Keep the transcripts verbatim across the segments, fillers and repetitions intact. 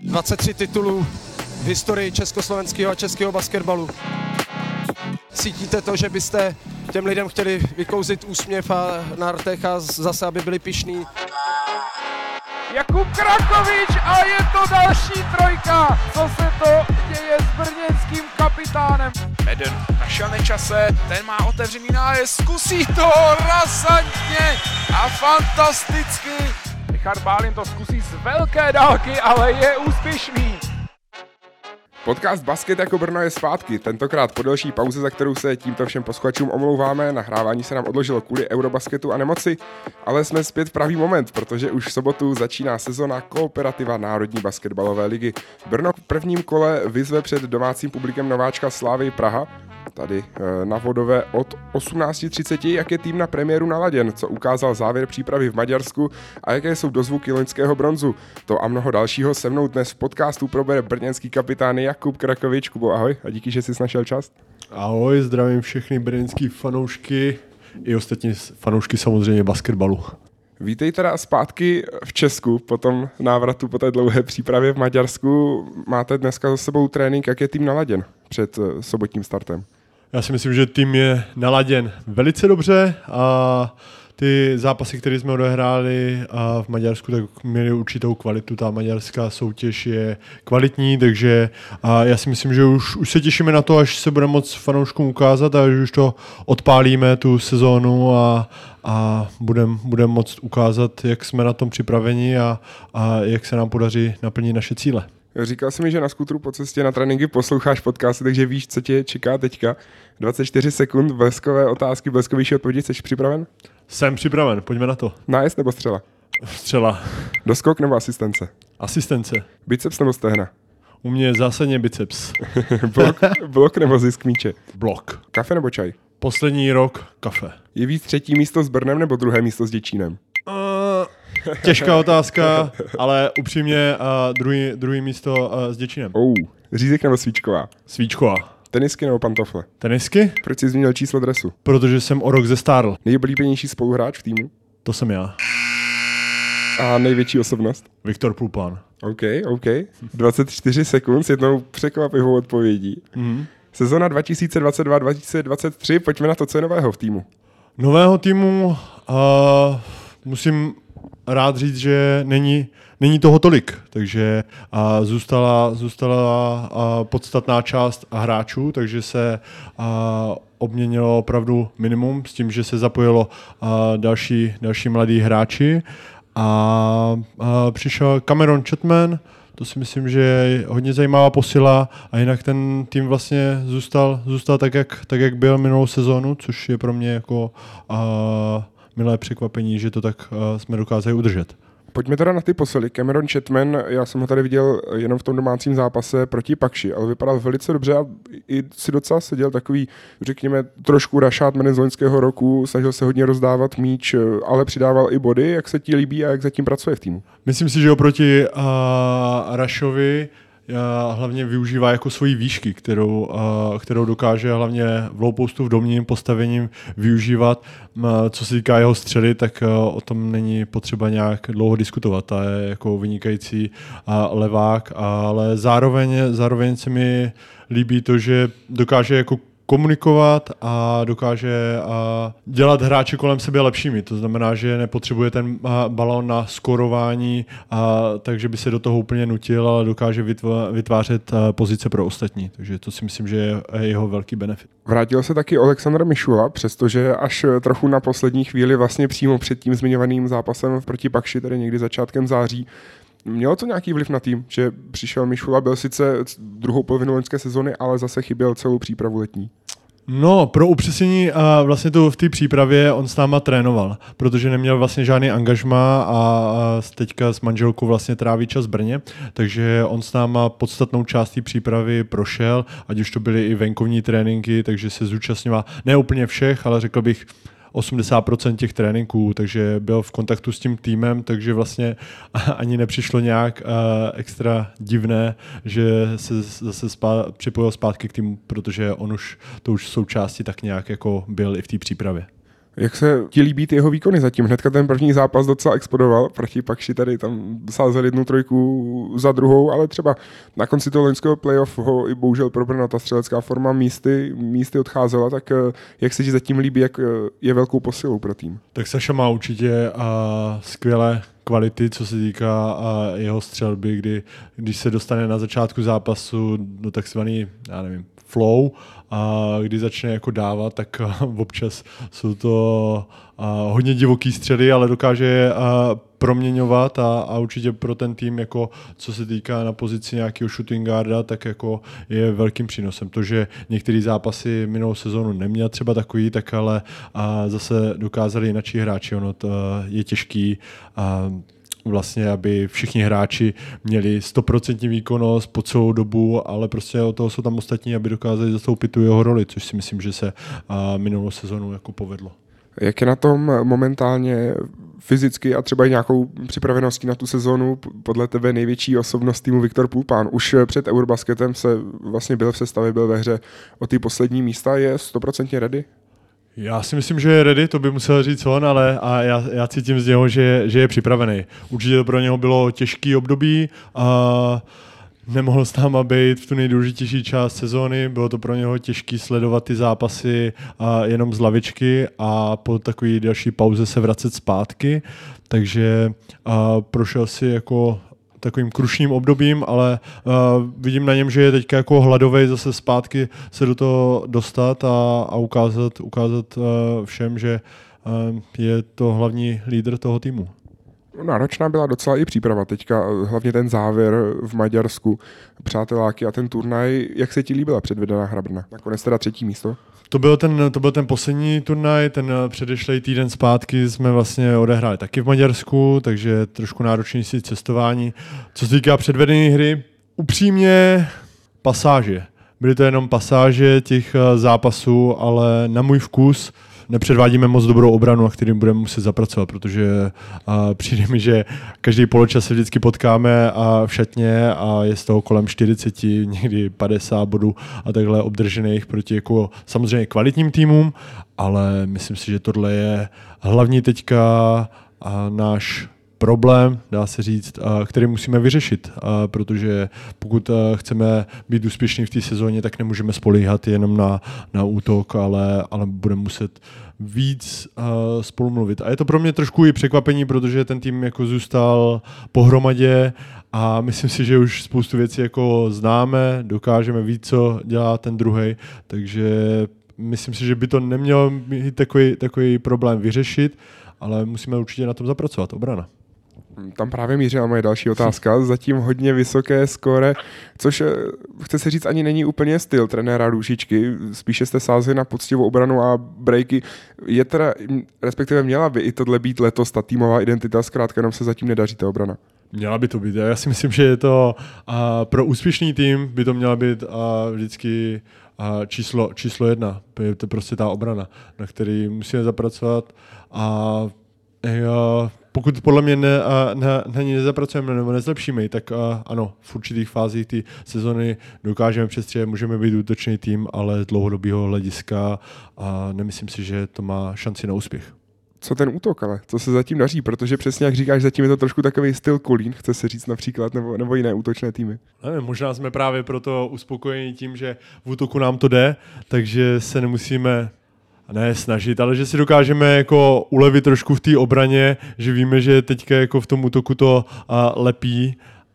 dvacet tři titulů v historii československého a českého basketbalu. Cítíte to, že byste těm lidem chtěli vykouzit úsměv a na rtech a zase, aby byli pyšní? Jakub Krakovič a je to další trojka. Co se to děje s brněnským kapitánem? Eden našel Nečase, ten má otevřený nájezd, zkusí to razantně a fantasticky. Richard Bálin to zkusí z velké dálky, ale je úspěšný. Podcast Basket jako Brno je zpátky, tentokrát po delší pauze, za kterou se tímto všem posluchačům omlouváme. Nahrávání se nám odložilo kvůli Eurobasketu a nemoci, ale jsme zpět v pravý moment, protože už v sobotu začíná sezona Kooperativa Národní basketbalové ligy. Brno v prvním kole vyzve před domácím publikem nováčka Slavii Praha, tady na Vodové od osmnáct třicet, jak je tým na premiéru naladěn, co ukázal závěr přípravy v Maďarsku a jaké jsou dozvuky loňského bronzu. To a mnoho dalšího se mnou dnes v podcastu probere brněnský kapitán Jakub Krakovič. Kubo, ahoj a díky, že jsi našel čas. Ahoj, zdravím všechny brněnský fanoušky i ostatní fanoušky samozřejmě basketbalu. Vítej teda zpátky v Česku po tom návratu, po té dlouhé přípravě v Maďarsku. Máte dneska za sebou trénink, jak je tým naladěn před sobotním startem? Já si myslím, že tým je naladěn velice dobře a ty zápasy, které jsme odehráli v Maďarsku, tak měly určitou kvalitu. Ta maďarská soutěž je kvalitní, takže já si myslím, že už, už se těšíme na to, až se bude moc fanouškům ukázat a až už to odpálíme tu sezónu a, a budeme budem moct ukázat, jak jsme na tom připraveni a, a jak se nám podaří naplnit naše cíle. Říkal jsi mi, že na skutru po cestě na tréninky posloucháš podcasty, takže víš, co tě čeká teďka. dvacet čtyři sekund, bleskové otázky, bleskovější odpovědi. Jsi připraven? Jsem připraven, pojďme na to. Nájezd nebo střela? Střela. Doskok nebo asistence? Asistence. Biceps nebo stehna? U mě zásadně biceps. blok, blok nebo zisk míče? Blok. Kafe nebo čaj? Poslední rok kafe. Je víc třetí místo s Brnem nebo druhé místo s Děčínem? Uh, těžká otázka, ale upřímně uh, druhý, druhý místo uh, s Děčínem. Oh, řízek nebo svíčková? Svíčková. Tenisky nebo pantofle? Tenisky? Proč jsi změnil číslo dresu? Protože jsem o rok zestárl. Nejoblíbenější spoluhráč v týmu? To jsem já. A největší osobnost? Viktor Průpán. OK, OK. dvacet čtyři sekund s jednou překvapivou odpovědí. Mm-hmm. Sezona dva tisíce dvacet dva dva tisíce dvacet tři, pojďme na to, co je nového v týmu. Nového týmu uh, musím rád říct, že není, není toho tolik, takže uh, zůstala, zůstala uh, podstatná část hráčů, takže se uh, obměnilo opravdu minimum s tím, že se zapojilo uh, další, další mladí hráči a uh, přišel Cameron Chapman. To si myslím, že je hodně zajímavá posila a jinak ten tým vlastně zůstal, zůstal tak, jak, tak, jak byl minulou sezónu, což je pro mě jako uh, milé překvapení, že to tak uh, jsme dokázali udržet. Pojďme teda na ty posily. Cameron Chapman, já jsem ho tady viděl jenom v tom domácím zápase proti Pakši, ale vypadal velice dobře a i si docela seděl takový, řekněme, trošku rašátman z loňského roku, snažil se hodně rozdávat míč, ale přidával i body. Jak se ti líbí a jak zatím pracuje v týmu? Myslím si, že oproti uh, Rašovi hlavně využívá jako svoji výšky, kterou, kterou dokáže hlavně v low postu v domním postavením využívat. Co se týká jeho střely, tak o tom není potřeba nějak dlouho diskutovat. Ta je jako vynikající levák, ale zároveň, zároveň se mi líbí to, že dokáže jako komunikovat a dokáže a dělat hráče kolem sebe lepšími. To znamená, že nepotřebuje ten balón na skorování, a, takže by se do toho úplně nutil, ale dokáže vytvářet pozice pro ostatní. Takže to si myslím, že je jeho velký benefit. Vrátil se taky Oleksandr Mišula, přestože až trochu na poslední chvíli vlastně přímo před tím zmiňovaným zápasem proti Pakši, tedy někdy začátkem září. Mělo to nějaký vliv na tým, že přišel Mišula, byl sice druhou polovinu loňské sezony, ale zase chyběl celou přípravu letní? No, pro upřesnění a vlastně to v té přípravě on s náma trénoval, protože neměl vlastně žádný angažmá a teďka s manželkou vlastně tráví čas v Brně, takže on s náma podstatnou část té přípravy prošel, ať už to byly i venkovní tréninky, takže se zúčastňoval ne úplně všech, ale řekl bych osmdesát procent těch tréninků, takže byl v kontaktu s tím týmem, takže vlastně ani nepřišlo nějak uh, extra divné, že se zase spá- připojil zpátky k týmu, protože on už to už v součástí tak nějak jako byl i v té přípravě. Jak se ti líbí ty jeho výkony zatím? Hnedka ten první zápas docela explodoval, proti Pakši tady tam sázel jednu trojku za druhou, ale třeba na konci toho loňského playoff ho i bohužel pro Brno ta střelecká forma místy, místy odcházela, tak jak se ti zatím líbí, jak je velkou posilou pro tým? Tak Saša má určitě uh, skvělé kvality, co se týká uh, jeho střelby, kdy když se dostane na začátku zápasu do takzvaný, já nevím, flow, a kdy začne jako dávat, tak uh, občas jsou to uh, hodně divoký střely, ale dokáže uh, proměňovat a, a určitě pro ten tým, jako co se týká na pozici nějakého shooting guarda, tak jako je velkým přínosem. To, že některé zápasy minulou sezónu neměl třeba takový, tak ale a zase dokázali jinačí hráči. Ono to je těžký a vlastně, aby všichni hráči měli stoprocentní výkonnost po celou dobu, ale prostě od toho jsou tam ostatní, aby dokázali zastoupit tu jeho roli, což si myslím, že se minulou sezónu jako povedlo. Jak je na tom momentálně fyzicky a třeba i nějakou připraveností na tu sezonu podle tebe největší osobnost týmu Viktor Pulpán? Už před Eurobasketem se vlastně byl v sestavě, byl ve hře o ty poslední místa, je stoprocentně ready? Já si myslím, že je ready, to by musel říct on, ale a já, já cítím z něho, že, že je připravený. Určitě to pro něho bylo těžký období a nemohl s náma být v tu nejdůležitější část sezóny, bylo to pro něho těžký sledovat ty zápasy a jenom z lavičky a po takové další pauze se vracet zpátky, takže a prošel si jako takovým krušným obdobím, ale uh, vidím na něm, že je teďka jako hladovej zase zpátky se do toho dostat a, a ukázat, ukázat uh, všem, že uh, je to hlavní lídr toho týmu. Náročná byla docela i příprava teďka, hlavně ten závěr v Maďarsku, přáteláky a ten turnaj. Jak se ti líbila předvedená hra Brna? Nakonec teda třetí místo? To byl ten, to byl ten poslední turnaj, ten předešlej týden zpátky jsme vlastně odehráli taky v Maďarsku, takže trošku náročnější cestování. Co se týká předvedené hry, upřímně pasáže. Byly to jenom pasáže těch zápasů, ale na můj vkus nepředvádíme moc dobrou obranu, na kterým budeme muset zapracovat, protože a, přijde mi, že každý poločas se vždycky potkáme a v šatně a je z toho kolem čtyřicet, někdy padesát bodů a takhle obdržených proti jako samozřejmě kvalitním týmům, ale myslím si, že tohle je hlavní teďka a náš problém, dá se říct, který musíme vyřešit, protože pokud chceme být úspěšní v té sezóně, tak nemůžeme spolíhat jenom na, na útok, ale, ale budeme muset víc spolu mluvit. A je to pro mě trošku i překvapení, protože ten tým jako zůstal pohromadě a myslím si, že už spoustu věcí jako známe, dokážeme víc, co dělá ten druhej, takže myslím si, že by to nemělo mít takový, takový problém vyřešit, ale musíme určitě na tom zapracovat. Obrana. Tam právě mířila moje další otázka. Zatím hodně vysoké skóre, což chce se říct ani není úplně styl trenéra Růžičky. Spíše jste sázeli na poctivou obranu a breaky. Je teda, respektive měla by i tohle být letos ta týmová identita, zkrátka jenom se zatím nedaří ta obrana. Měla by to být. Já si myslím, že je to uh, pro úspěšný tým by to měla být uh, vždycky uh, číslo, číslo jedna. Je to prostě ta obrana, na který musíme zapracovat a uh, pokud podle mě ne, na, na ní nezapracujeme nebo nezlepšíme, tak a, ano, v určitých fázích té sezony dokážeme přestřelit, můžeme být útočný tým, ale z dlouhodobého hlediska a nemyslím si, že to má šanci na úspěch. Co ten útok, ale co se zatím daří, protože přesně jak říkáš, zatím je to trošku takový styl Kolín, chce se říct například, nebo, nebo jiné útočné týmy. Nevím, možná jsme právě proto uspokojeni tím, že v útoku nám to jde, takže se nemusíme ne snažit, ale že si dokážeme jako ulevit trošku v té obraně, že víme, že teďka jako v tom útoku to a, lepí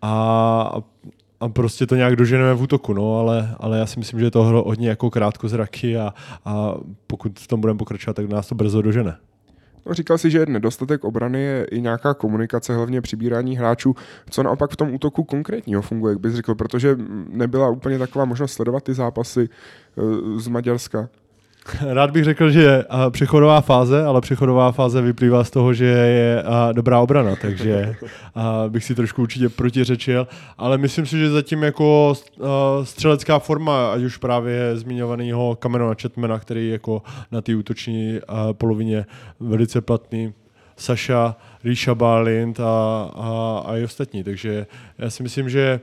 a, a prostě to nějak doženeme v útoku, no, ale, ale já si myslím, že je to hodně jako krátkozraky a, a pokud v tom budeme pokračovat, tak nás to brzo dožene. No, říkal jsi, že nedostatek obrany je i nějaká komunikace, hlavně přibírání hráčů. Co naopak v tom útoku konkrétního funguje, jak bys řekl, protože nebyla úplně taková možnost sledovat ty zápasy z Maďarska. Rád bych řekl, že je přechodová fáze, ale přechodová fáze vyplývá z toho, že je dobrá obrana, takže bych si trošku určitě protiřečil, ale myslím si, že zatím jako střelecká forma, ať už právě zmiňovaného Camerona Chatmana, který jako na té útoční polovině velice platný, Saša, Ríša Bálint a, a, a i ostatní, takže já si myslím, že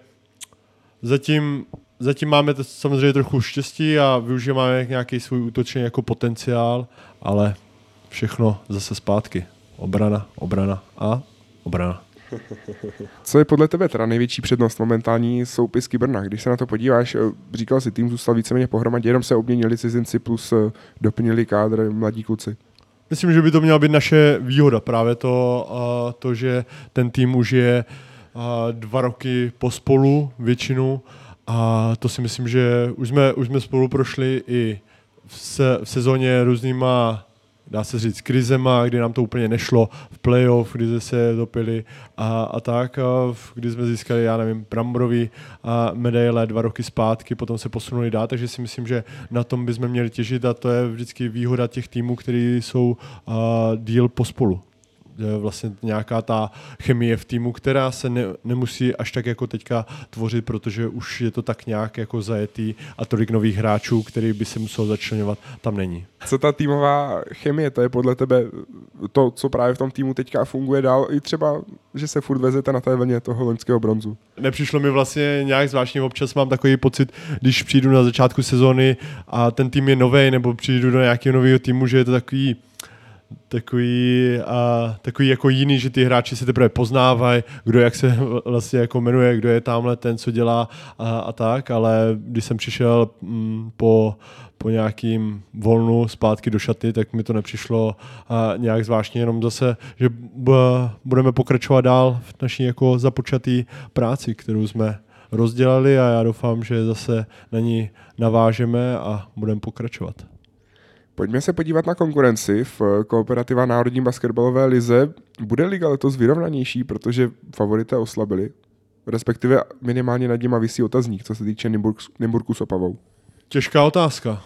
zatím Zatím máme to samozřejmě trochu štěstí a využíváme nějaký svůj útočný jako potenciál, ale všechno zase zpátky. Obrana, obrana a obrana. Co je podle tebe teda největší přednost momentální soupisky Brna? Když se na to podíváš, říkal si, tým zůstal víceméně pohromadě, jenom se obměnili cizinci plus doplnili kádr mladí kluci. Myslím, že by to měla být naše výhoda. Právě to, to že ten tým už je dva roky pospolu většinu a to si myslím, že už jsme, už jsme spolu prošli i v, se, v sezóně různýma, dá se říct, krizema, kdy nám to úplně nešlo v playoff, kdy jsme se dopili a, a tak, a kdy jsme získali, já nevím, bramborový a medaile dva roky zpátky, potom se posunuli dál, takže si myslím, že na tom bychom měli těžit a to je vždycky výhoda těch týmů, který jsou a, díl pospolu. Vlastně nějaká ta chemie v týmu, která se ne, nemusí až tak jako teďka tvořit, protože už je to tak nějak jako zajetý a tolik nových hráčů, který by se musel začlenovat, tam není. Co ta týmová chemie, to je podle tebe to, co právě v tom týmu teďka funguje dál, i třeba, že se furt vezete na té vlně toho loňského bronzu? Nepřišlo mi vlastně nějak zvláštně, občas mám takový pocit, když přijdu na začátku sezóny a ten tým je novej, nebo přijdu do nějakého nového týmu, že je to takový takový, a, takový jako jiný, že ty hráči se teprve poznávají, kdo jak se vlastně jako jmenuje, kdo je tamhle ten, co dělá a, a tak, ale když jsem přišel m, po, po nějakým volnu zpátky do šaty, tak mi to nepřišlo a, nějak zvláštně, jenom zase, že b, budeme pokračovat dál v naší jako započatý práci, kterou jsme rozdělali a já doufám, že zase na ní navážeme a budeme pokračovat. Pojďme se podívat na konkurenci v Kooperativa národní basketbalové lize. Bude liga letos vyrovnanější, protože favorité oslabili? Respektive minimálně nad nima visí otazník, co se týče Nymburku s Opavou. Těžká otázka.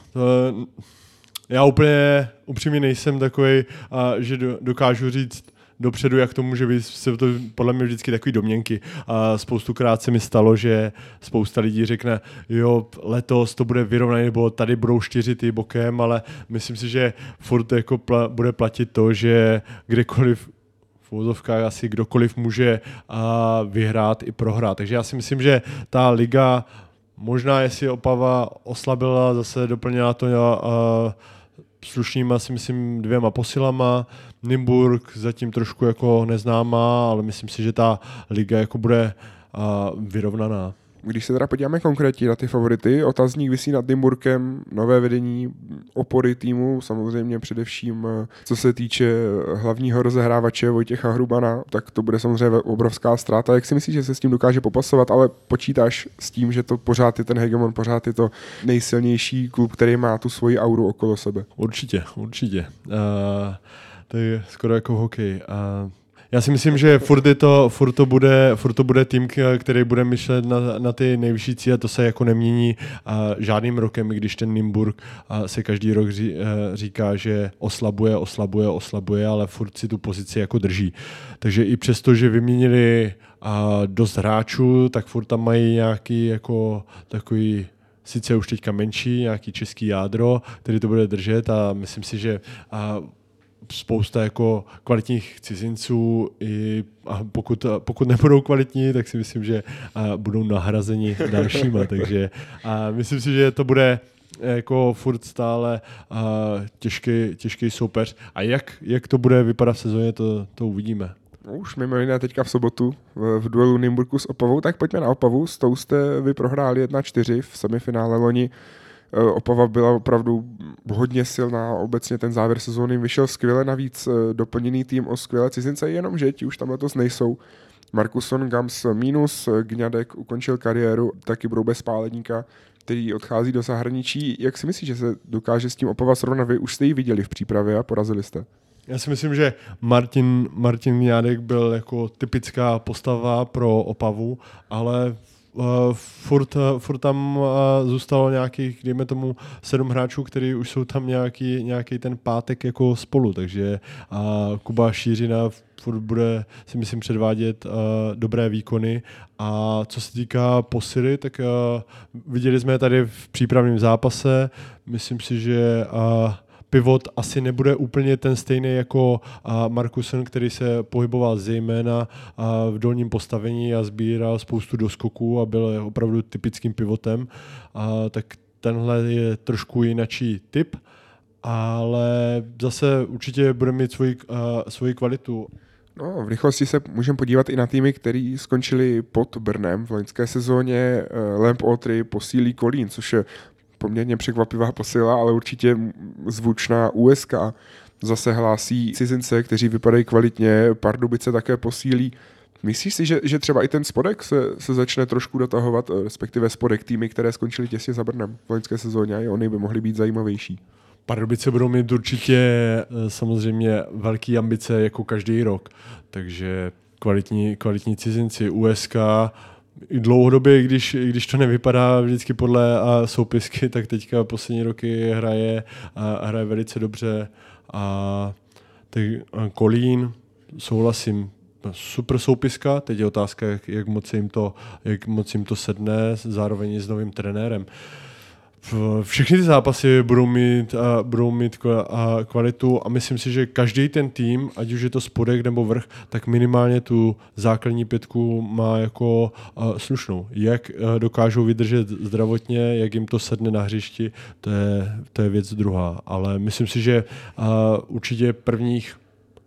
Já úplně upřímně nejsem takovej, že dokážu říct dopředu, jak to může být, se to podle mě vždycky takový domněnky. A spoustukrát se mi stalo, že spousta lidí řekne, jo, letos to bude vyrovnané, nebo tady budou čtyři bokem, ale myslím si, že furt jako pla- bude platit to, že kdekoliv v úvozovkách asi kdokoliv může a, vyhrát i prohrát. Takže já si myslím, že ta liga možná, jestli Opava oslabila, zase doplnila to a, slušnýma si myslím dvěma posilama. Nymburk zatím trošku jako neznámá, ale myslím si, že ta liga jako bude uh, vyrovnaná. Když se teda podíváme konkrétně na ty favority, otazník visí nad Nymburkem, nové vedení, opory týmu, samozřejmě především co se týče hlavního rozehrávače Vojtěcha Hrubana, tak to bude samozřejmě obrovská ztráta. Jak si myslíš, že se s tím dokáže popasovat, ale počítáš s tím, že to pořád je ten hegemon, pořád je to nejsilnější klub, který má tu svoji auru okolo sebe? Určitě, určitě. Uh, to je skoro jako v hokeji. Uh, Já si myslím, že furt, je to, furt, to bude, furt to bude tým, který bude myšlet na, na ty nejvyšší cíle, to se jako nemění a žádným rokem, i když ten Nymburk se každý rok ří, říká, že oslabuje, oslabuje, oslabuje, ale furt si tu pozici jako drží. Takže i přesto, že vyměnili dost hráčů, tak furt tam mají nějaký jako takový sice už teďka menší, nějaký český jádro, který to bude držet a myslím si, že a spousta jako kvalitních cizinců i a pokud, pokud nebudou kvalitní, tak si myslím, že a budou nahrazeni dalšíma, takže a myslím si, že to bude jako furt stále a těžký, těžký soupeř a jak, jak to bude vypadat v sezóně, to, to uvidíme. No, už mimo jiné teďka v sobotu v, v duelu Nymburku s Opavou, tak pojďme na Opavu, s tou jste vy prohráli jedna čtyři v semifinále loni. Opava byla opravdu hodně silná, obecně ten závěr sezóny vyšel skvěle, navíc doplněný tým o skvělé cizince, jenomže ti už tam letos nejsou. Markusson, Gams minus, Gňadek ukončil kariéru, taky budou bez Páleníka, který odchází do zahraničí. Jak si myslíš, že se dokáže s tím Opava srovnat? Vy už jste ji viděli v přípravě a porazili jste. Já si myslím, že Martin, Martin Gňadek byl jako typická postava pro Opavu, ale Uh, furt, uh, furt tam uh, zůstalo nějakých, dejme tomu, sedm hráčů, kteří už jsou tam nějaký, nějaký ten pátek jako spolu, takže uh, Kuba Šířina furt bude, si myslím, předvádět uh, dobré výkony a co se týká posily, tak uh, viděli jsme tady v přípravném zápase, myslím si, že uh, pivot asi nebude úplně ten stejný jako Markusson, který se pohyboval zejména v dolním postavení a sbíral spoustu doskoků a byl opravdu typickým pivotem. A tak tenhle je trošku jinačí typ. ale zase určitě bude mít svoji, uh, svoji kvalitu. No, v rychlosti se můžeme podívat i na týmy, které skončili pod Brnem v loňské sezóně. Lamp Otry posílí Kolín, což je poměrně překvapivá posila, ale určitě zvučná. U S K zase hlásí cizince, kteří vypadají kvalitně. Pardubice také posílí. Myslíš si, že, že třeba i ten spodek se, se začne trošku dotahovat, respektive spodek týmy, které skončily těsně za Brnem v loňské sezóně, a i oni by mohly být zajímavější? Pardubice budou mít určitě samozřejmě velké ambice jako každý rok, takže kvalitní, kvalitní cizinci. U S K i dlouhodobě, když, když to nevypadá vždycky podle a soupisky, tak teďka poslední roky hraje, a hraje velice dobře. A tak Kolín, souhlasím, super soupiska, teď je otázka, jak, jak, moc jim to, jak moc jim to sedne, zároveň i s novým trenérem. Všechny ty zápasy budou mít, a budou mít kvalitu a myslím si, že každý ten tým, ať už je to spodek nebo vrch, tak minimálně tu základní pětku má jako slušnou. Jak dokážou vydržet zdravotně, jak jim to sedne na hřišti, to je, to je věc druhá. Ale myslím si, že určitě prvních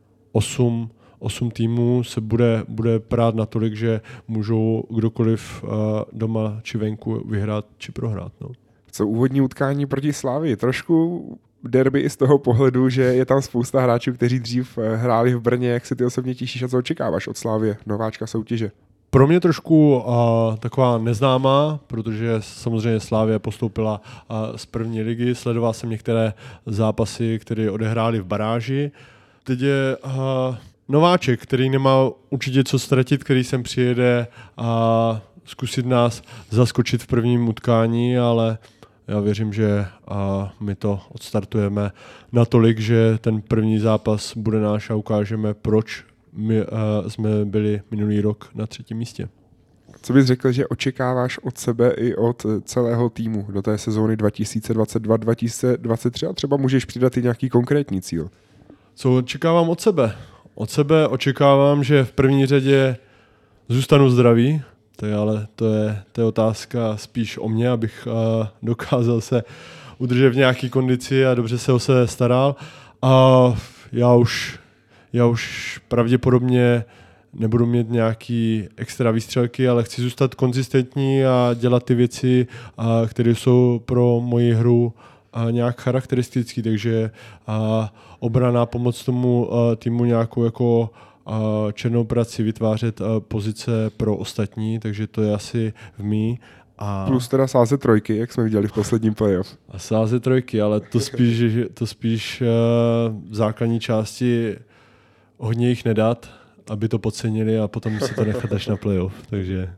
osm Osm týmů se bude, bude prát natolik, že můžou kdokoliv doma či venku vyhrát či prohrát. No. Co úvodní utkání proti Slavii? Trošku derby i z toho pohledu, že je tam spousta hráčů, kteří dřív hráli v Brně. Jak se ty osobně těšíš a co očekáváš od Slavie, nováčka soutěže? Pro mě trošku uh, taková neznámá, protože samozřejmě Slavie postoupila uh, z první ligy. Sledoval jsem některé zápasy, které odehráli v baráži. Teď je uh, nováček, který nemá určitě co ztratit, který sem přijede a zkusit nás zaskočit v prvním utkání, ale já věřím, že a my to odstartujeme natolik, že ten první zápas bude náš a ukážeme, proč my jsme byli minulý rok na třetím místě. Co bys řekl, že očekáváš od sebe i od celého týmu do té sezóny dva tisíce dvacet dva dva tisíce dvacet tři a třeba můžeš přidat i nějaký konkrétní cíl? Co očekávám od sebe? Od sebe očekávám, že v první řadě zůstanu zdravý, to je, ale to je, to je otázka spíš o mě, abych uh, dokázal se udržet v nějaké kondici a dobře se o sebe staral. A já už, já už pravděpodobně nebudu mít nějaký extra výstřelky, ale chci zůstat konzistentní a dělat ty věci, uh, které jsou pro moji hru uh, nějak charakteristické, takže uh, obrana, pomoc tomu uh, týmu nějakou jako černou prací, vytvářet pozice pro ostatní, takže to je asi v mý. A plus teda sázet trojky, jak jsme viděli v posledním playoff. A sázet trojky, ale to spíš, to spíš v základní části hodně jich nedat, aby to podcenili a potom si to nechat až na playoff. Takže,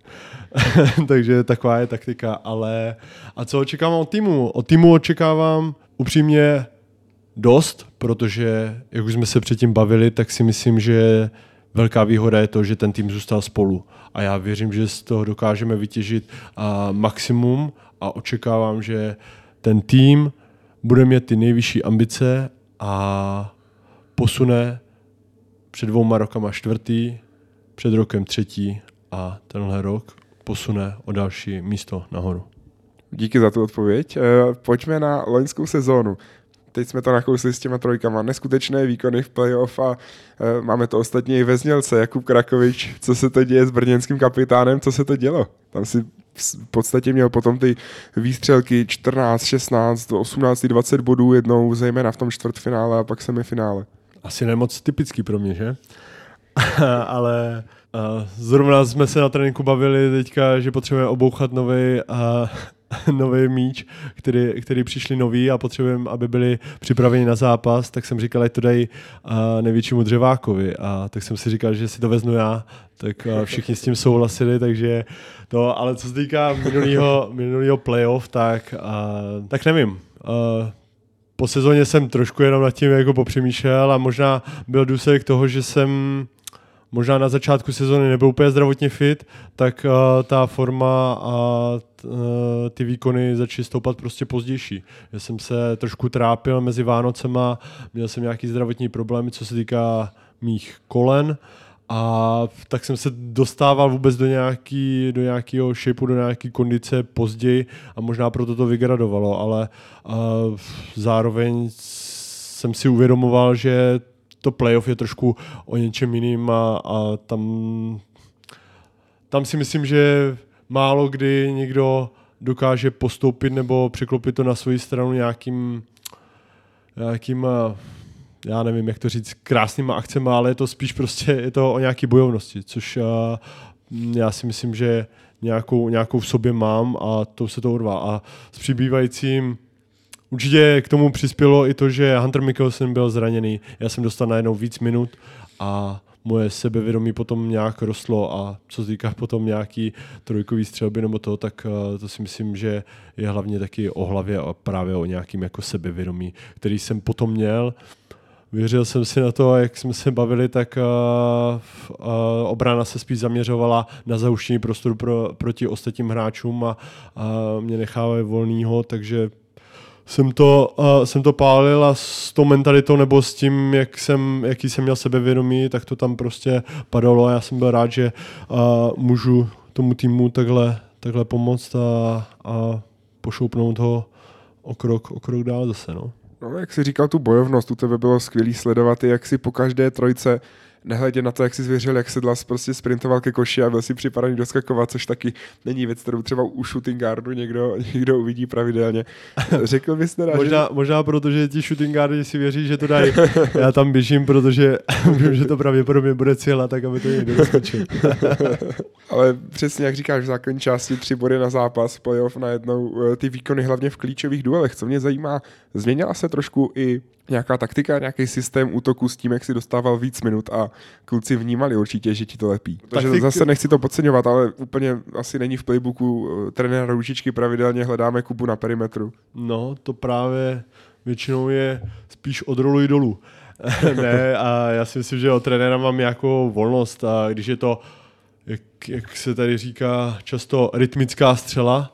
takže taková je taktika. Ale a co očekávám od týmu? Od týmu očekávám upřímně dost, protože, jak už jsme se předtím bavili, tak si myslím, že velká výhoda je to, že ten tým zůstal spolu. A já věřím, že z toho dokážeme vytěžit uh, maximum a očekávám, že ten tým bude mít ty nejvyšší ambice a posune před dvouma rokama čtvrtý, před rokem třetí a tenhle rok posune o další místo nahoru. Díky za tu odpověď. Pojďme na loňskou sezónu. Teď jsme to nakousli s těma trojkama. Neskutečné výkony v playoff a e, máme to ostatně i ve Znělce. Jakub Krakovič, co se to děje s brněnským kapitánem, co se to dělo? Tam si v podstatě měl potom ty výstřelky čtrnáct, šestnáct, osmnáct, dvacet bodů jednou, zejména v tom čtvrtfinále a pak semifinále. Asi nemoc typický pro mě, že? Ale uh, zrovna jsme se na tréninku bavili teďka, že potřebujeme obouchat nový uh, nový míč, který, který přišli noví a potřebujeme, aby byli připraveni na zápas, tak jsem říkal, ať to dají uh, největšímu Dřevákovi a tak jsem si říkal, že si to veznu já, tak uh, všichni s tím souhlasili, takže to, ale co se týká minulýho, minulýho playoff, tak, uh, tak nevím. Uh, po sezóně jsem trošku jenom nad tím jako popřemýšlel a možná byl důsledek toho, že jsem možná na začátku sezóny nebyl úplně zdravotně fit, tak uh, ta forma a uh, ty výkony začaly stoupat prostě pozdější. Já jsem se trošku trápil mezi Vánocema, měl jsem nějaký zdravotní problémy, co se týká mých kolen a tak jsem se dostával vůbec do nějaký, do nějakého shapeu, do nějaké kondice později a možná proto to vygradovalo, ale uh, zároveň jsem si uvědomoval, že to playoff je trošku o něčem jiným a, a tam, tam si myslím, že málo kdy někdo dokáže postoupit nebo překlopit to na svoji stranu nějakým, nějakým já nevím, jak to říct, krásnýma akcemi, ale je to spíš prostě je to o nějaký bojovnosti, což já si myslím, že nějakou, nějakou v sobě mám a to se to urvá. A s přibývajícím určitě k tomu přispělo i to, že Hunter Mikkelsen byl zraněný. Já jsem dostal najednou víc minut a moje sebevědomí potom nějak rostlo a co se týká potom nějaký trojkový střelby nebo to, tak to si myslím, že je hlavně taky o hlavě a právě o nějakým jako sebevědomí, který jsem potom měl. Věřil jsem si na to, jak jsme se bavili, tak uh, uh, obrana se spíš zaměřovala na zahuštění prostoru pro, proti ostatním hráčům a uh, mě nechávají volnýho, takže jsem to, uh, jsem to pálil a s tou mentalitou nebo s tím, jak jsem, jaký jsem měl sebevědomí, tak to tam prostě padalo a já jsem byl rád, že uh, můžu tomu týmu takhle, takhle pomoct a, a pošoupnout ho o krok, o krok dál zase, no. No, jak jsi říkal tu bojovnost, u tebe bylo skvělý sledovat, jak si po každé trojce, nehledě na to, jak jsi zvěřil, jak se Dlas prostě sprintoval ke koši a byl si připravený doskakovat, což taky není věc, kterou třeba u shooting guardu někdo, někdo uvidí pravidelně. Řekl bys teda, možná, že... možná protože ti shooting guardi si věří, že to dají. Já tam běžím, protože vím, že to pravděpodobně bude cíl, tak aby to někdo doskočil. Ale přesně jak říkáš, v základní části tři body na zápas, playoff najednou, ty výkony hlavně v klíčových duelech. Co mě zajímá, změnila se trošku i nějaká taktika, nějaký systém útoku s tím, jak si dostával víc minut a kluci vnímali určitě, že ti to lepí. Protože Taktik... zase nechci to podceňovat, ale úplně asi není v playbooku trenéra Růžičky pravidelně hledáme Kubu na perimetru. No, to právě většinou je spíš od rolu i dolů. Ne, a já si myslím, že od trenéra mám nějakou volnost a když je to, jak, jak se tady říká, často rytmická střela,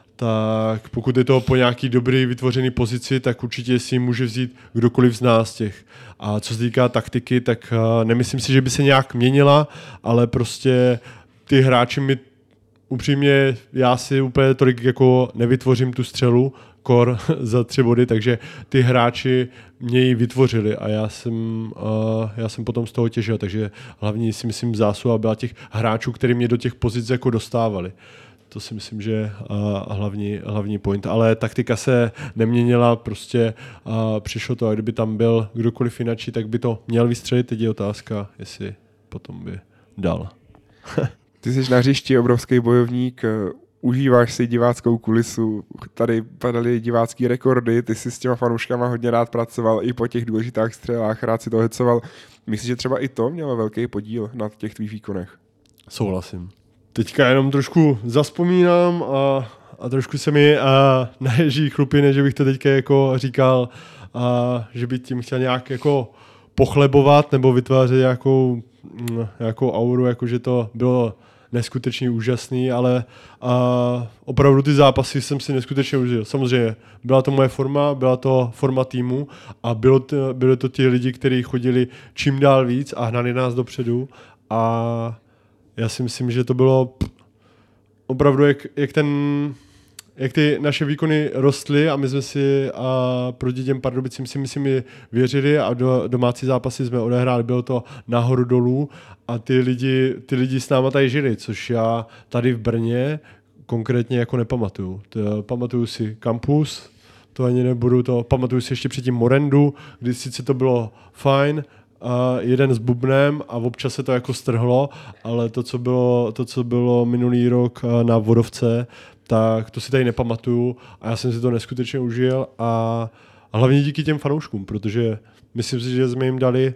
tak pokud je to po nějaký dobrý vytvořený pozici, tak určitě si může vzít kdokoliv z nás těch. A co se týká taktiky, tak nemyslím si, že by se nějak měnila, ale prostě ty hráči mi upřímně, já si úplně tolik jako nevytvořím tu střelu, kor za tři body, takže ty hráči mě ji vytvořili a já jsem, uh, já jsem potom z toho těžil, takže hlavně si myslím zásluha byla těch hráčů, kteří mě do těch pozic jako dostávali. To si myslím, že je uh, hlavní, hlavní point. Ale taktika se neměnila, prostě uh, přišlo to, a kdyby tam byl kdokoliv jináčí, tak by to měl vystřelit. Teď je otázka, jestli potom by dal. Ty jsi na hřišti obrovský bojovník, užíváš si diváckou kulisu, tady padaly divácký rekordy, ty jsi s těma fanouškama hodně rád pracoval i po těch důležitých střelách, rád si to hecoval. Myslíš, že třeba i to mělo velký podíl na těch tvých výkonech? Souhlasím. Teďka jenom trošku zaspomínám a, a trošku se mi a, naježí chlupiny, že bych to teďka jako říkal, a, že by tím chtěl nějak jako pochlebovat nebo vytvářet nějakou, nějakou auru, jako že to bylo neskutečně úžasný, ale a, opravdu ty zápasy jsem si neskutečně užil. Samozřejmě byla to moje forma, byla to forma týmu a bylo to, bylo to ti lidi, kteří chodili čím dál víc a hnali nás dopředu a já si myslím, že to bylo opravdu, jak, jak, ten, jak ty naše výkony rostly a my jsme si a proti těm Pardubicím si myslím věřili a do, domácí zápasy jsme odehráli, bylo to nahoru dolů a ty lidi, ty lidi s náma tady žili, což já tady v Brně konkrétně jako nepamatuju. To, pamatuju si kampus, to ani nebudu, to pamatuju si ještě předtím Morendu, kdy sice to bylo fajn, a jeden s bubnem a občas se to jako strhlo, ale to, co bylo, to, co bylo minulý rok na Vodovce, tak to si tady nepamatuju a já jsem si to neskutečně užil a, a hlavně díky těm fanouškům, protože myslím si, že jsme jim dali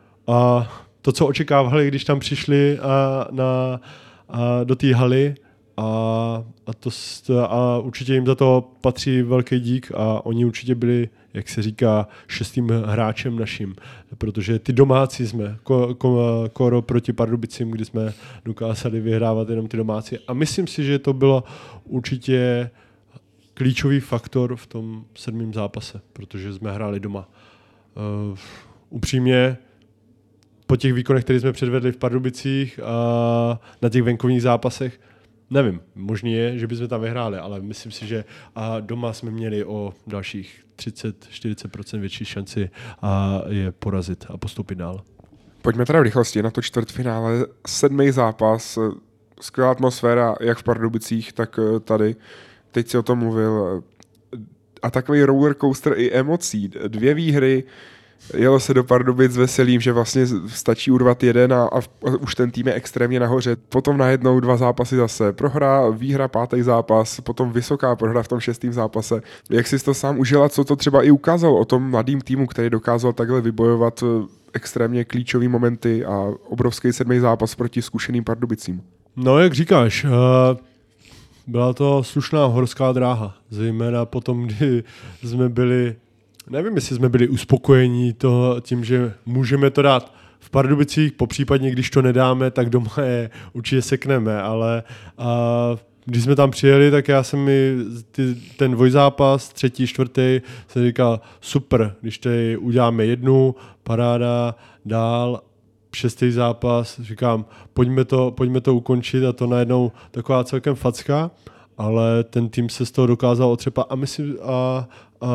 a to, co očekávali, když tam přišli a, na, a do té haly a, a, to, a určitě jim za to patří velký dík a oni určitě byli, jak se říká, šestým hráčem naším, protože ty domácí jsme ko, ko, koro proti Pardubicím, kdy jsme dokázali vyhrávat jenom ty domácí a myslím si, že to bylo určitě klíčový faktor v tom sedmém zápase, protože jsme hráli doma. Uh, upřímně po těch výkonech, které jsme předvedli v Pardubicích a na těch venkovních zápasech, nevím, možný je, že bychom tam vyhráli, ale myslím si, že a doma jsme měli o dalších třicet až čtyřicet procent větší šanci a je porazit a postoupit dál. Pojďme teda v rychlosti na to čtvrtfinále. Sedmý zápas, skvělá atmosféra jak v Pardubicích, tak tady. Teď si o tom mluvil. A takový rollercoaster i emocí. Dvě výhry, jelo se do Pardubic s veselím, že vlastně stačí urvat jeden a, a, a už ten tým je extrémně nahoře. Potom najednou dva zápasy zase. Prohra, výhra, pátý zápas, potom vysoká prohra v tom šestém zápase. Jak jsi to sám užil a co to třeba i ukázal o tom mladým týmu, který dokázal takhle vybojovat extrémně klíčové momenty a obrovský sedmý zápas proti zkušeným Pardubicím? No, jak říkáš, byla to slušná horská dráha, zejména potom, kdy jsme byli, nevím, jestli jsme byli uspokojení to, tím, že můžeme to dát v Pardubicích, popřípadně, když to nedáme, tak doma je určitě sekneme, ale a, když jsme tam přijeli, tak já jsem mi ty, ten dvojzápas, třetí, čtvrtý, jsem říkal, super, když tady uděláme jednu, paráda, dál, šestý zápas, říkám, pojďme to, pojďme to ukončit a to najednou taková celkem facka, ale ten tým se z toho dokázal otřepat a myslím, a, a,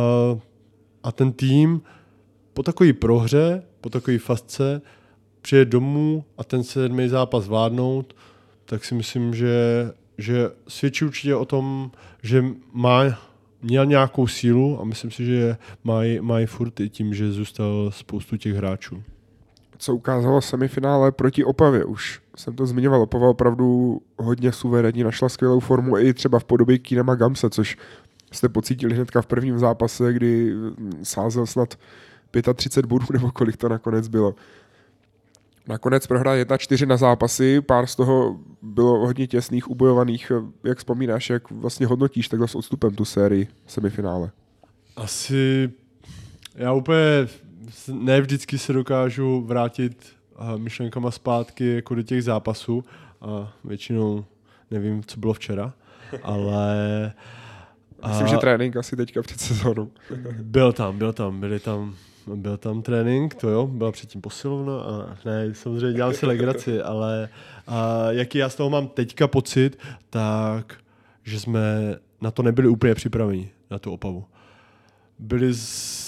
a ten tým po takové prohře, po takové fasce přijde domů a ten sedmý zápas zvládnout, tak si myslím, že, že svědčí určitě o tom, že má, měl nějakou sílu a myslím si, že mají maj furt i tím, že zůstal spoustu těch hráčů. Co ukázalo semifinále proti Opavě. Už jsem to zmiňoval, Opava opravdu hodně suverénní, našla skvělou formu i třeba v podobě Keenema Gamse, což jste pocítili hnedka v prvním zápase, kdy sázel snad třicet pět bodů, nebo kolik to nakonec bylo. Nakonec prohrál jedna čtyři na zápasy, pár z toho bylo hodně těsných, ubojovaných. Jak vzpomínáš, jak vlastně hodnotíš takhle s odstupem tu sérii semifinále? Asi já úplně ne vždycky se dokážu vrátit myšlenkama zpátky jako do těch zápasů a většinou nevím, co bylo včera, ale... Myslím, a... že trénink asi teďka před sezónou. Byl tam, byl tam, byli tam, byl tam trénink, to jo, byla předtím posilovna a ne, samozřejmě dělám si legraci, ale a jaký já z toho mám teďka pocit, tak, že jsme na to nebyli úplně připraveni, na tu Opavu. Byli z...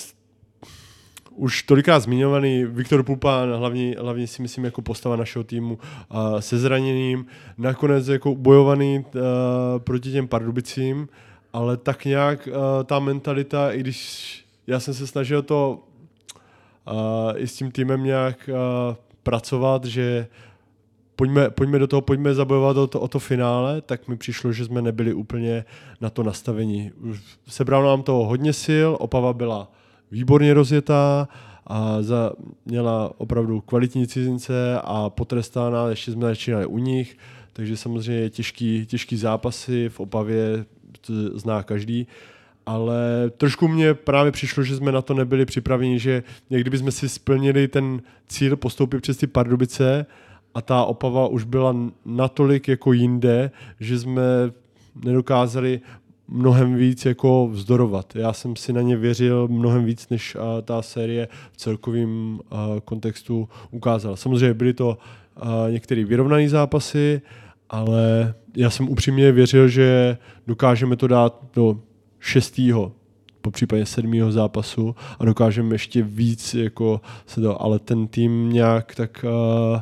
Už tolikrát zmiňovaný Viktor Pulpán, hlavně, hlavně si myslím jako postava našeho týmu uh, se zraněným, nakonec jako bojovaný uh, proti těm Pardubicím, ale tak nějak uh, ta mentalita, i když já jsem se snažil to uh, i s tím týmem nějak uh, pracovat, že pojďme, pojďme do toho, pojďme zabojovat o to, o to finále, tak mi přišlo, že jsme nebyli úplně na to nastavení. Sebralo nám toho hodně sil, Opava byla výborně rozjetá a za, měla opravdu kvalitní cizince a potrestána, ještě jsme začínali u nich, takže samozřejmě těžký, těžký zápasy v Opavě to zná každý, ale trošku mě právě přišlo, že jsme na to nebyli připraveni, že někdy bychom si splnili ten cíl postoupit přes ty Pardubice a ta Opava už byla natolik jako jinde, že jsme nedokázali mnohem víc jako vzdorovat. Já jsem si na ně věřil mnohem víc, než uh, ta série v celkovém uh, kontextu ukázala. Samozřejmě byly to uh, některé vyrovnané zápasy, ale já jsem upřímně věřil, že dokážeme to dát do šestého, po případě sedmého zápasu a dokážeme ještě víc, jako se to, ale ten tým nějak tak uh,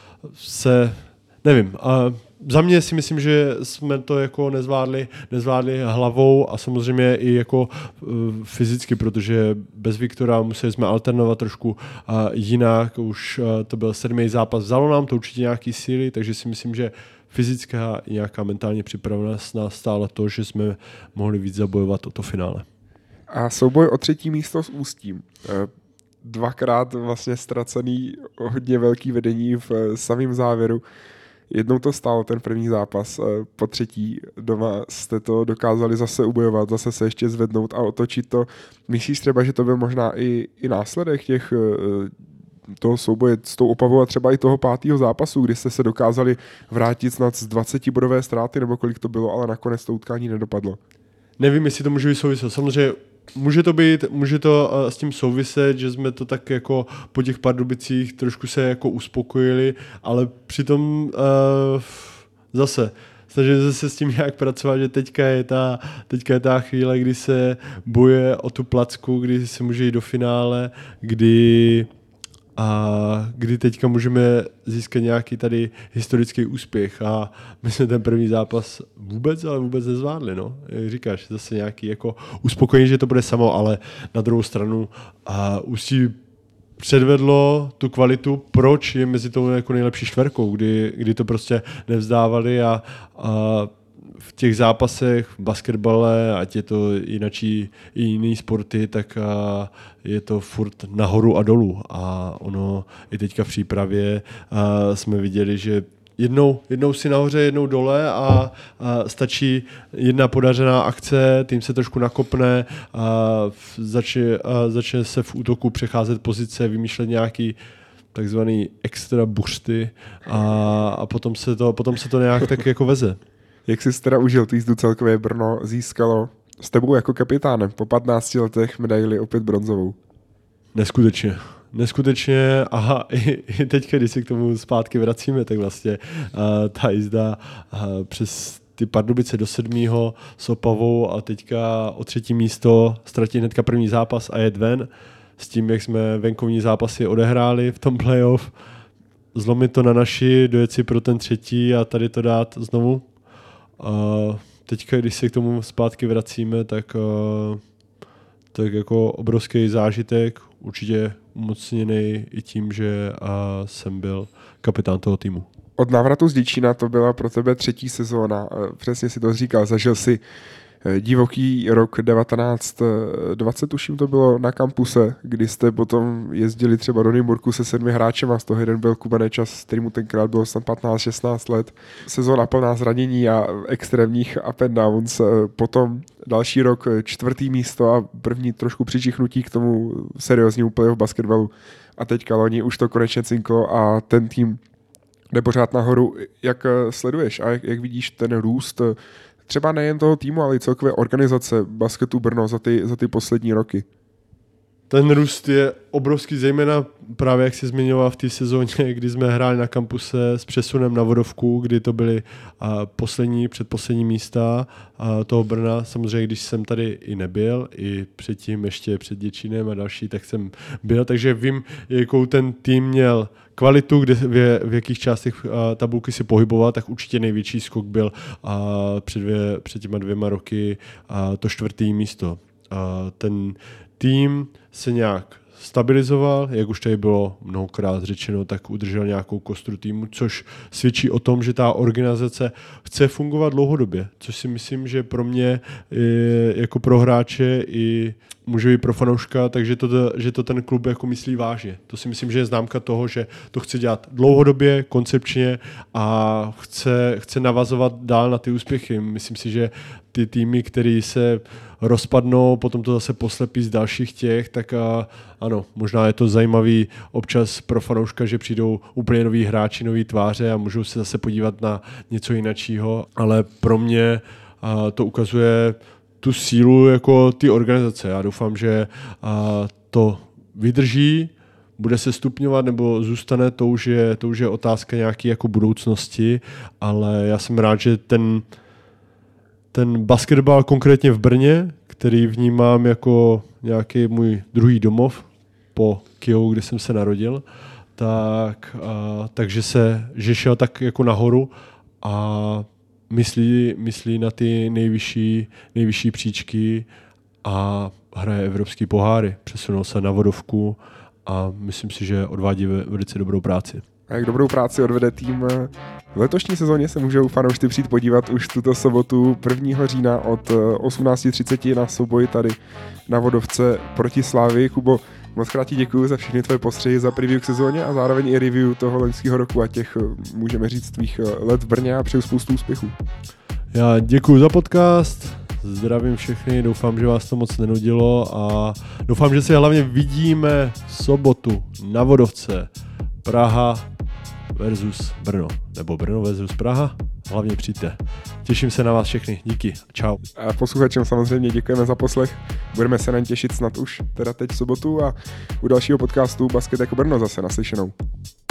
se, nevím, uh, za mě si myslím, že jsme to jako nezvládli, nezvládli hlavou a samozřejmě i jako uh, fyzicky, protože bez Viktora museli jsme alternovat trošku uh, jinak, už uh, to byl sedmý zápas, vzalo nám to určitě nějaký síly, takže si myslím, že fyzická i nějaká mentální připravenost nás stála to, že jsme mohli víc zabojovat o to finále. A souboj o třetí místo s Ústím. Dvakrát vlastně ztracený hodně velký vedení v samém závěru. Jednou to stálo ten první zápas, po třetí doma jste to dokázali zase ubojovat, zase se ještě zvednout a otočit to. Myslíš třeba, že to byl možná i, i následek těch toho souboje s tou Opavou a třeba i toho pátého zápasu, kdy jste se dokázali vrátit snad z dvacetibodové ztráty, nebo kolik to bylo, ale nakonec to utkání nedopadlo? Nevím, jestli to může být souviset. Samozřejmě může to být, může to uh, s tím souviset, že jsme to tak jako po těch Pardubicích trošku se jako uspokojili, ale přitom uh, zase snažili se s tím nějak pracovat, že teďka je ta, teďka je ta chvíle, kdy se bojuje o tu placku, kdy se může jít do finále, kdy a kdy teďka můžeme získat nějaký tady historický úspěch a my jsme ten první zápas vůbec, ale vůbec nezvládli, no. Jak říkáš, zase nějaký jako uspokojení, že to bude samo, ale na druhou stranu a Ústí předvedlo tu kvalitu, proč je mezi tou jako nejlepší čtverkou, kdy, kdy to prostě nevzdávali a, a v těch zápasech v basketbale, ať je to jinačí i jiný sporty, tak a, je to furt nahoru a dolů. A ono i teďka v přípravě a, jsme viděli, že jednou, jednou si nahoře, jednou dole a, a stačí jedna podařená akce, tým se trošku nakopne a začne, a začne se v útoku přecházet pozice, vymýšlet nějaký takzvaný extra buřty a, a potom, se to, potom se to nějak tak jako veze. Jak jsi teda užil tu jízdu celkově? Brno získalo s tebou jako kapitánem po patnácti letech medaili opět bronzovou. Neskutečně. Neskutečně a i, i teď, když se k tomu zpátky vracíme, tak vlastně uh, ta jízda uh, přes ty Pardubice do sedmýho s Opavou a teďka o třetí místo ztratí hnedka první zápas a jet ven s tím, jak jsme venkovní zápasy odehráli v tom playoff, zlomit to na naši, dojet si pro ten třetí a tady to dát znovu. Uh, teďka, když se k tomu zpátky vracíme, tak, uh, tak jako obrovský zážitek, určitě umocněný i tím, že uh, jsem byl kapitán toho týmu. Od návratu z Děčína to byla pro tebe třetí sezóna, přesně si to říkal, zažil si divoký rok devatenáct dvacet, tuším to bylo na kampuse, kdy jste potom jezdili třeba do Nymburku se sedmi hráčema, z toho jeden byl Kuba Nečas, kterýmu tenkrát bylo snad patnáct šestnáct let. Sezóna plná zranění a extrémních up and downs, potom další rok čtvrtý místo a první trošku přičichnutí k tomu serióznímu playoff basketbalu. A teďka loni už to konečně cinklo a ten tým jde pořád nahoru. Jak sleduješ a jak, jak vidíš ten růst třeba nejen toho týmu, ale i celkové organizace Basketu Brno za ty, za ty poslední roky? Ten růst je obrovský, zejména právě jak jsi zmiňoval v té sezóně, kdy jsme hráli na kampuse s přesunem na Vodovku, kdy to byly a, poslední, předposlední místa a, toho Brna. Samozřejmě, když jsem tady i nebyl, i předtím ještě před Děčínem a další, tak jsem byl, takže vím, jakou ten tým měl kvalitu, kde v, v jakých částech a, tabulky si pohyboval, tak určitě největší skok byl a, před, dvě, před těma dvěma roky a, to čtvrtý místo. A, ten tým se nějak stabilizoval, jak už tady bylo mnohokrát řečeno, tak udržel nějakou kostru týmu, což svědčí o tom, že ta organizace chce fungovat dlouhodobě, což si myslím, že pro mě jako pro hráče i může být pro fanouška, takže to, že to ten klub jako myslí vážně. To si myslím, že je známka toho, že to chce dělat dlouhodobě, koncepčně a chce, chce navazovat dál na ty úspěchy. Myslím si, že ty týmy, které se rozpadnou, potom to zase poslepí z dalších těch, tak a, ano, možná je to zajímavý občas pro fanouška, že přijdou úplně noví hráči, noví tváře a můžou se zase podívat na něco jiného, ale pro mě a, to ukazuje tu sílu jako ty organizace. Já doufám, že a, to vydrží, bude se stupňovat nebo zůstane, to už je, to už je otázka nějaké jako budoucnosti, ale já jsem rád, že ten ten basketbal konkrétně v Brně, který vnímám jako nějaký můj druhý domov po Kyjovu, kde jsem se narodil, tak, a, takže se, že šel tak jako nahoru a myslí, myslí na ty nejvyšší, nejvyšší příčky a hraje evropský poháry. Přesunul se na Vodovku a myslím si, že odvádí velice dobrou práci. A jak dobrou práci odvede tým v letošní sezóně, se můžou fanoušci přijít podívat už tuto sobotu prvního října od osmnáct třicet na souboj tady na Vodovce proti Slávii. Kubo, moc krát ti děkuju za všechny tvoje postřehy, za preview k sezóně a zároveň i review toho loňského roku a těch, můžeme říct, tvých let v Brně a přeju spoustu úspěchů. Já děkuju za podcast, zdravím všechny, doufám, že vás to moc nenudilo a doufám, že se hlavně vidíme v sobotu na Vodovce. Praha versus Brno, nebo Brno versus Praha, hlavně přijďte. Těším se na vás všechny, díky, čau. A posluchačům samozřejmě děkujeme za poslech, budeme se na ně těšit snad už teda teď v sobotu a u dalšího podcastu Basket jako Brno zase naslyšenou.